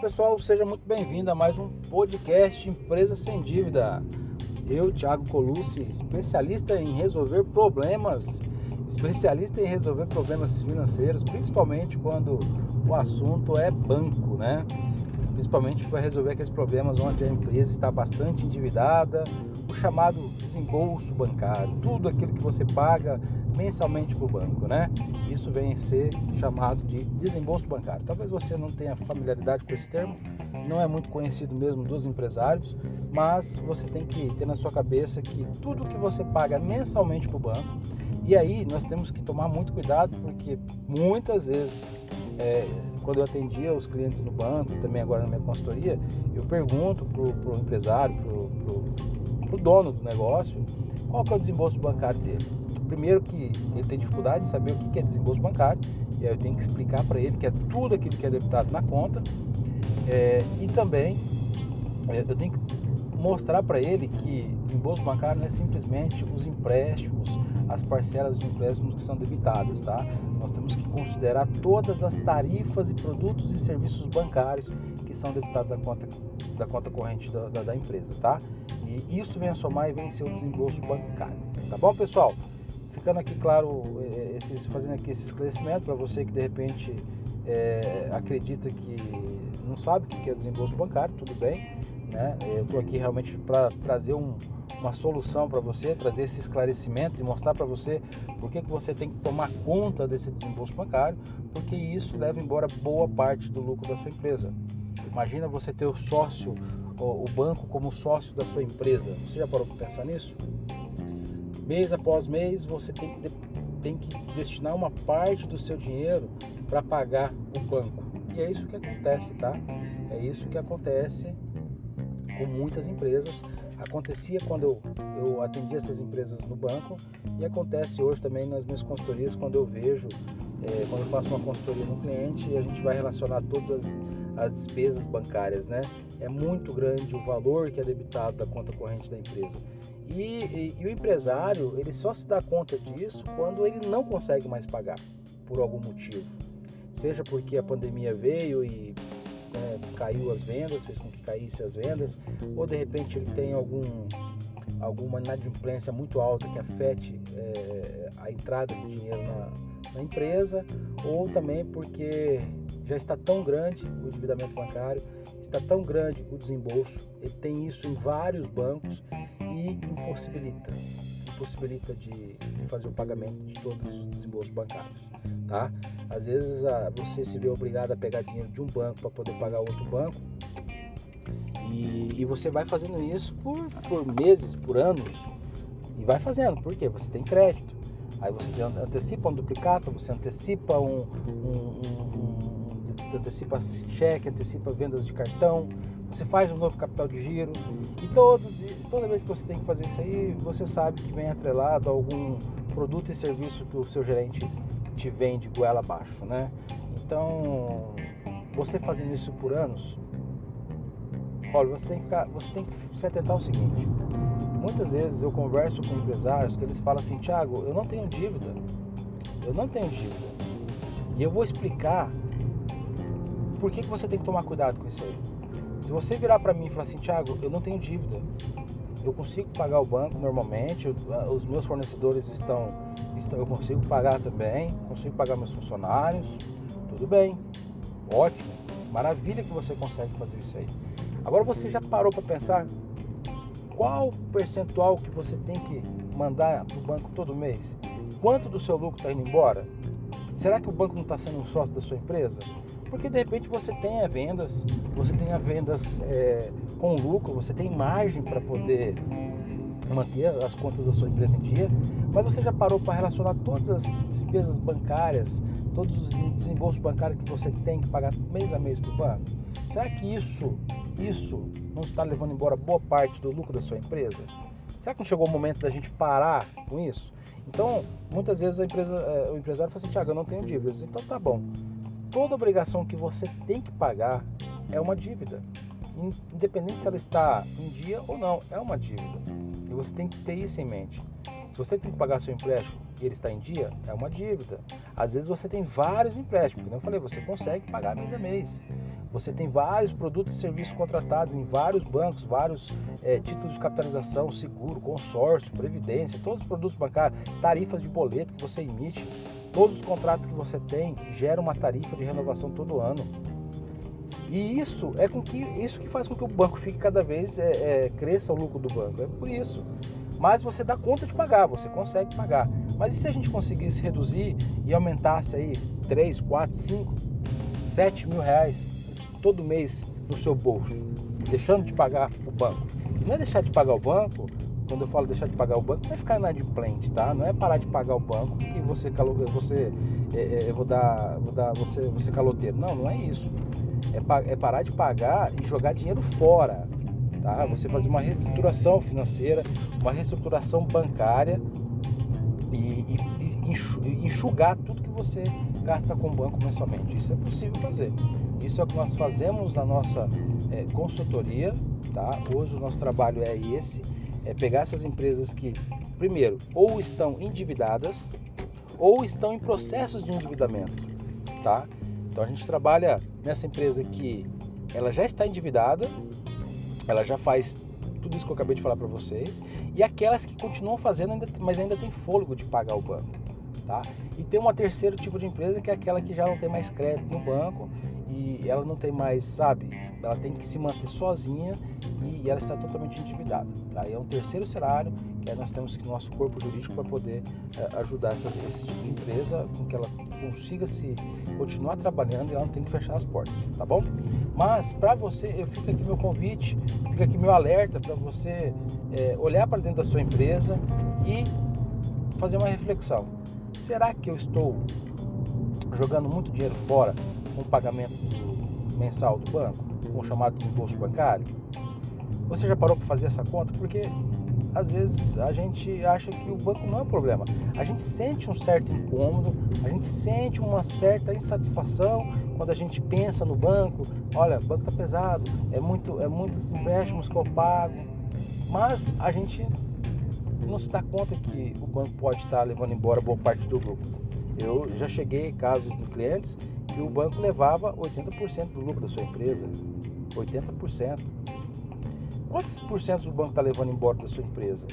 pessoal, seja muito bem-vindo a mais um podcast Empresa Sem Dívida. Eu, Thiago Colucci, especialista em resolver problemas financeiros, principalmente quando o assunto é banco, né? Principalmente para resolver aqueles problemas onde a empresa está bastante endividada, o chamado desembolso bancário, tudo aquilo que você paga mensalmente para o banco, né? Isso vem a ser chamado de desembolso bancário. Talvez você não tenha familiaridade com esse termo, não é muito conhecido mesmo dos empresários, mas você tem que ter na sua cabeça que tudo que você paga mensalmente para o banco, e aí nós temos que tomar muito cuidado, porque muitas vezes, quando eu atendia os clientes no banco, também agora na minha consultoria, eu pergunto para o empresário, para o dono do negócio, qual que é o desembolso bancário dele. Primeiro que ele tem dificuldade de saber o que é desembolso bancário, e aí eu tenho que explicar para ele que é tudo aquilo que é debitado na conta, e também eu tenho que mostrar para ele que desembolso bancário não é simplesmente os empréstimos, as parcelas de empréstimos que são debitadas, tá? Nós temos que considerar todas as tarifas e produtos e serviços bancários que são debitados da conta corrente da empresa, tá? E isso vem a somar e vem a ser o desembolso bancário, tá bom, pessoal? Ficando aqui claro, fazendo aqui esse esclarecimento para você que de repente acredita que não sabe o que é desembolso bancário, tudo bem, né? Eu estou aqui realmente para trazer uma solução para você, trazer esse esclarecimento e mostrar para você por que você tem que tomar conta desse desembolso bancário, porque isso leva embora boa parte do lucro da sua empresa. Imagina você ter o banco como sócio da sua empresa. Você já parou para pensar nisso? Mês após mês você tem que destinar uma parte do seu dinheiro para pagar o banco. E é isso que acontece, tá? É isso que acontece com muitas empresas. Acontecia quando eu atendia essas empresas no banco e acontece hoje também nas minhas consultorias, quando eu vejo, quando eu faço uma consultoria no cliente e a gente vai relacionar todas as despesas bancárias, né? É muito grande o valor que é debitado da conta corrente da empresa. E o empresário, ele só se dá conta disso quando ele não consegue mais pagar, por algum motivo. Seja porque a pandemia veio e caiu as vendas, fez com que caísse as vendas, ou de repente ele tem alguma inadimplência muito alta que afete a entrada de dinheiro na empresa, ou também porque já está tão grande o endividamento bancário, está tão grande o desembolso, ele tem isso em vários bancos e impossibilita de fazer o pagamento de todos os desembolsos bancários, tá? Às vezes você se vê obrigado a pegar dinheiro de um banco para poder pagar outro banco, e você vai fazendo isso por meses, por anos, e vai fazendo, por quê? Você tem crédito, aí você antecipa um duplicata, você antecipa antecipa cheque, antecipa vendas de cartão, você faz um novo capital de giro, e toda vez que você tem que fazer isso aí, você sabe que vem atrelado a algum produto e serviço que o seu gerente te vende goela abaixo, né? Então, você fazendo isso por anos, olha, você tem que se atentar ao seguinte: muitas vezes eu converso com empresários que eles falam assim: Thiago, eu não tenho dívida, e eu vou explicar por que você tem que tomar cuidado com isso aí. Se você virar para mim e falar assim: Thiago, eu não tenho dívida, eu consigo pagar o banco normalmente, os meus fornecedores eu consigo pagar também, consigo pagar meus funcionários, tudo bem, ótimo, maravilha que você consegue fazer isso aí. Agora, você já parou para pensar qual o percentual que você tem que mandar para o banco todo mês? Quanto do seu lucro está indo embora? Será que o banco não está sendo um sócio da sua empresa? Porque de repente você tenha vendas com lucro, você tem margem para poder manter as contas da sua empresa em dia, mas você já parou para relacionar todas as despesas bancárias, todos os desembolsos bancários que você tem que pagar mês a mês para o banco? Será que isso não está levando embora boa parte do lucro da sua empresa? Será que não chegou o momento da gente parar com isso? Então, muitas vezes o empresário fala assim: Thiago, eu não tenho dívidas. Então tá bom. Toda obrigação que você tem que pagar é uma dívida. Independente se ela está em dia ou não, é uma dívida. E você tem que ter isso em mente. Se você tem que pagar seu empréstimo e ele está em dia, é uma dívida. Às vezes você tem vários empréstimos, como eu falei, você consegue pagar mês a mês. Você tem vários produtos e serviços contratados em vários bancos, vários títulos de capitalização, seguro, consórcio, previdência, todos os produtos bancários, tarifas de boleto que você emite, todos os contratos que você tem geram uma tarifa de renovação todo ano. E isso que faz com que o banco fique cada vez cresça o lucro do banco. É por isso. Mas você dá conta de pagar, você consegue pagar. Mas e se a gente conseguisse reduzir e aumentasse aí 3, 4, 5, 7 mil reais todo mês no seu bolso, deixando de pagar o banco? Não é deixar de pagar o banco, quando eu falo deixar de pagar o banco, não é ficar inadimplente, tá? Não é parar de pagar o banco porque você caloteiro. Não é isso. É parar de pagar e jogar dinheiro fora, tá? Você fazer uma reestruturação financeira, uma reestruturação bancária e enxugar tudo que você gasta com o banco mensalmente. Isso é possível fazer. Isso é o que nós fazemos na nossa consultoria, tá? Hoje o nosso trabalho é esse, é pegar essas empresas que, primeiro, ou estão endividadas ou estão em processos de endividamento, tá? Então a gente trabalha nessa empresa que ela já está endividada, ela já faz tudo isso que eu acabei de falar para vocês, e aquelas que continuam fazendo, mas ainda tem fôlego de pagar o banco, tá? E tem um terceiro tipo de empresa que é aquela que já não tem mais crédito no banco e ela não tem mais, sabe? Ela tem que se manter sozinha e ela está totalmente endividada. Tá? E é um terceiro cenário que aí nós temos que nosso corpo jurídico para poder ajudar esse tipo de empresa com que ela consiga se continuar trabalhando e ela não tem que fechar as portas, tá bom? Mas para você, fica aqui meu convite, fica aqui meu alerta para você olhar para dentro da sua empresa e fazer uma reflexão. Será que eu estou jogando muito dinheiro fora com o pagamento mensal do banco, com o chamado desembolso bancário? Você já parou para fazer essa conta? Porque às vezes a gente acha que o banco não é um problema. A gente sente um certo incômodo, a gente sente uma certa insatisfação quando a gente pensa no banco. Olha, o banco está pesado, é muitos empréstimos que eu pago, mas a gente não se dá conta que o banco pode estar levando embora boa parte do lucro. Eu já cheguei em casos de clientes que o banco levava 80% do lucro da sua empresa. 80%. Quantos por cento o banco está levando embora da sua empresa?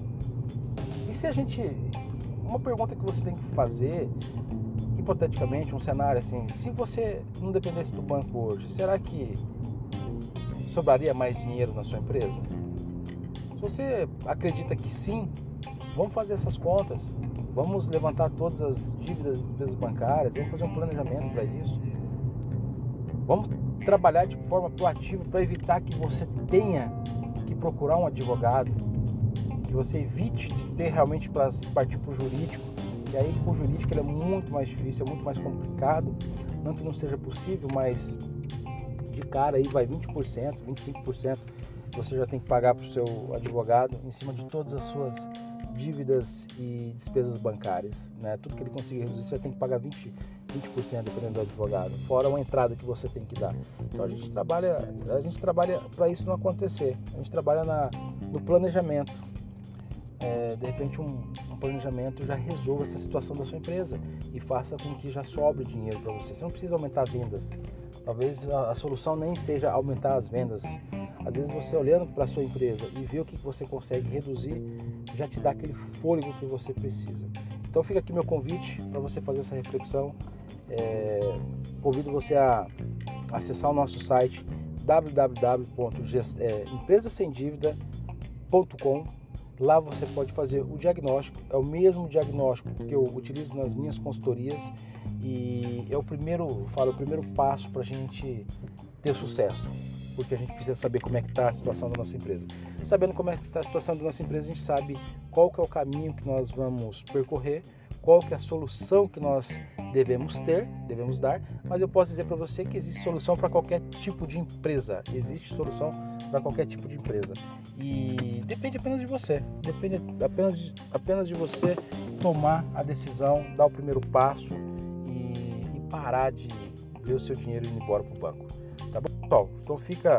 E se a gente... Uma pergunta que você tem que fazer, hipoteticamente, um cenário assim, se você não dependesse do banco hoje, será que sobraria mais dinheiro na sua empresa? Se você acredita que sim, vamos fazer essas contas. Vamos levantar todas as dívidas e despesas bancárias, vamos fazer um planejamento para isso. Vamos trabalhar de forma proativa para evitar que você tenha que procurar um advogado, que você evite de ter realmente para partir para o jurídico, e aí com o jurídico ele é muito mais difícil, é muito mais complicado, não que não seja possível, mas de cara aí vai 20%, 25% você já tem que pagar para o seu advogado em cima de todas as suas dívidas e despesas bancárias, né? Tudo que ele conseguir reduzir, você tem que pagar 20% dependendo do advogado, fora uma entrada que você tem que dar. Então a gente trabalha para isso não acontecer. A gente trabalha no planejamento. De repente um planejamento já resolva essa situação da sua empresa e faça com que já sobre dinheiro para você. Você não precisa aumentar vendas. Talvez a solução nem seja aumentar as vendas. Às vezes você olhando para a sua empresa e ver o que você consegue reduzir, já te dá aquele fôlego que você precisa. Então fica aqui meu convite para você fazer essa reflexão. Convido você a acessar o nosso site www.empresasemdivida.com. Lá você pode fazer o diagnóstico, é o mesmo diagnóstico que eu utilizo nas minhas consultorias e é o primeiro passo para a gente ter sucesso, porque a gente precisa saber como é que está a situação da nossa empresa. Sabendo como é que está a situação da nossa empresa, a gente sabe qual que é o caminho que nós vamos percorrer, qual que é a solução que nós devemos dar, mas eu posso dizer para você que existe solução para qualquer tipo de empresa, existe solução para qualquer tipo de empresa e depende apenas de você, depende apenas de você tomar a decisão, dar o primeiro passo e parar de ver o seu dinheiro indo embora para o banco, tá bom, pessoal? Então fica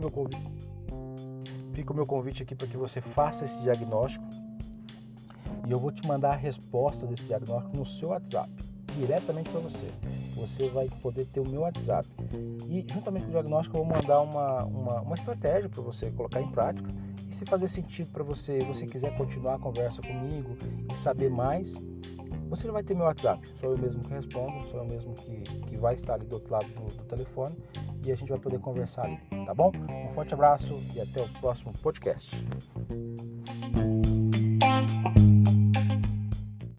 o meu convite aqui para que você faça esse diagnóstico. e eu vou te mandar a resposta desse diagnóstico no seu WhatsApp, diretamente para você. Você vai poder ter o meu WhatsApp. E juntamente com o diagnóstico eu vou mandar uma estratégia para você colocar em prática. E se fazer sentido para você, você quiser continuar a conversa comigo e saber mais, você já vai ter meu WhatsApp. Sou eu mesmo que respondo, sou eu mesmo que vai estar ali do outro lado do telefone e a gente vai poder conversar ali, tá bom? Um forte abraço e até o próximo podcast.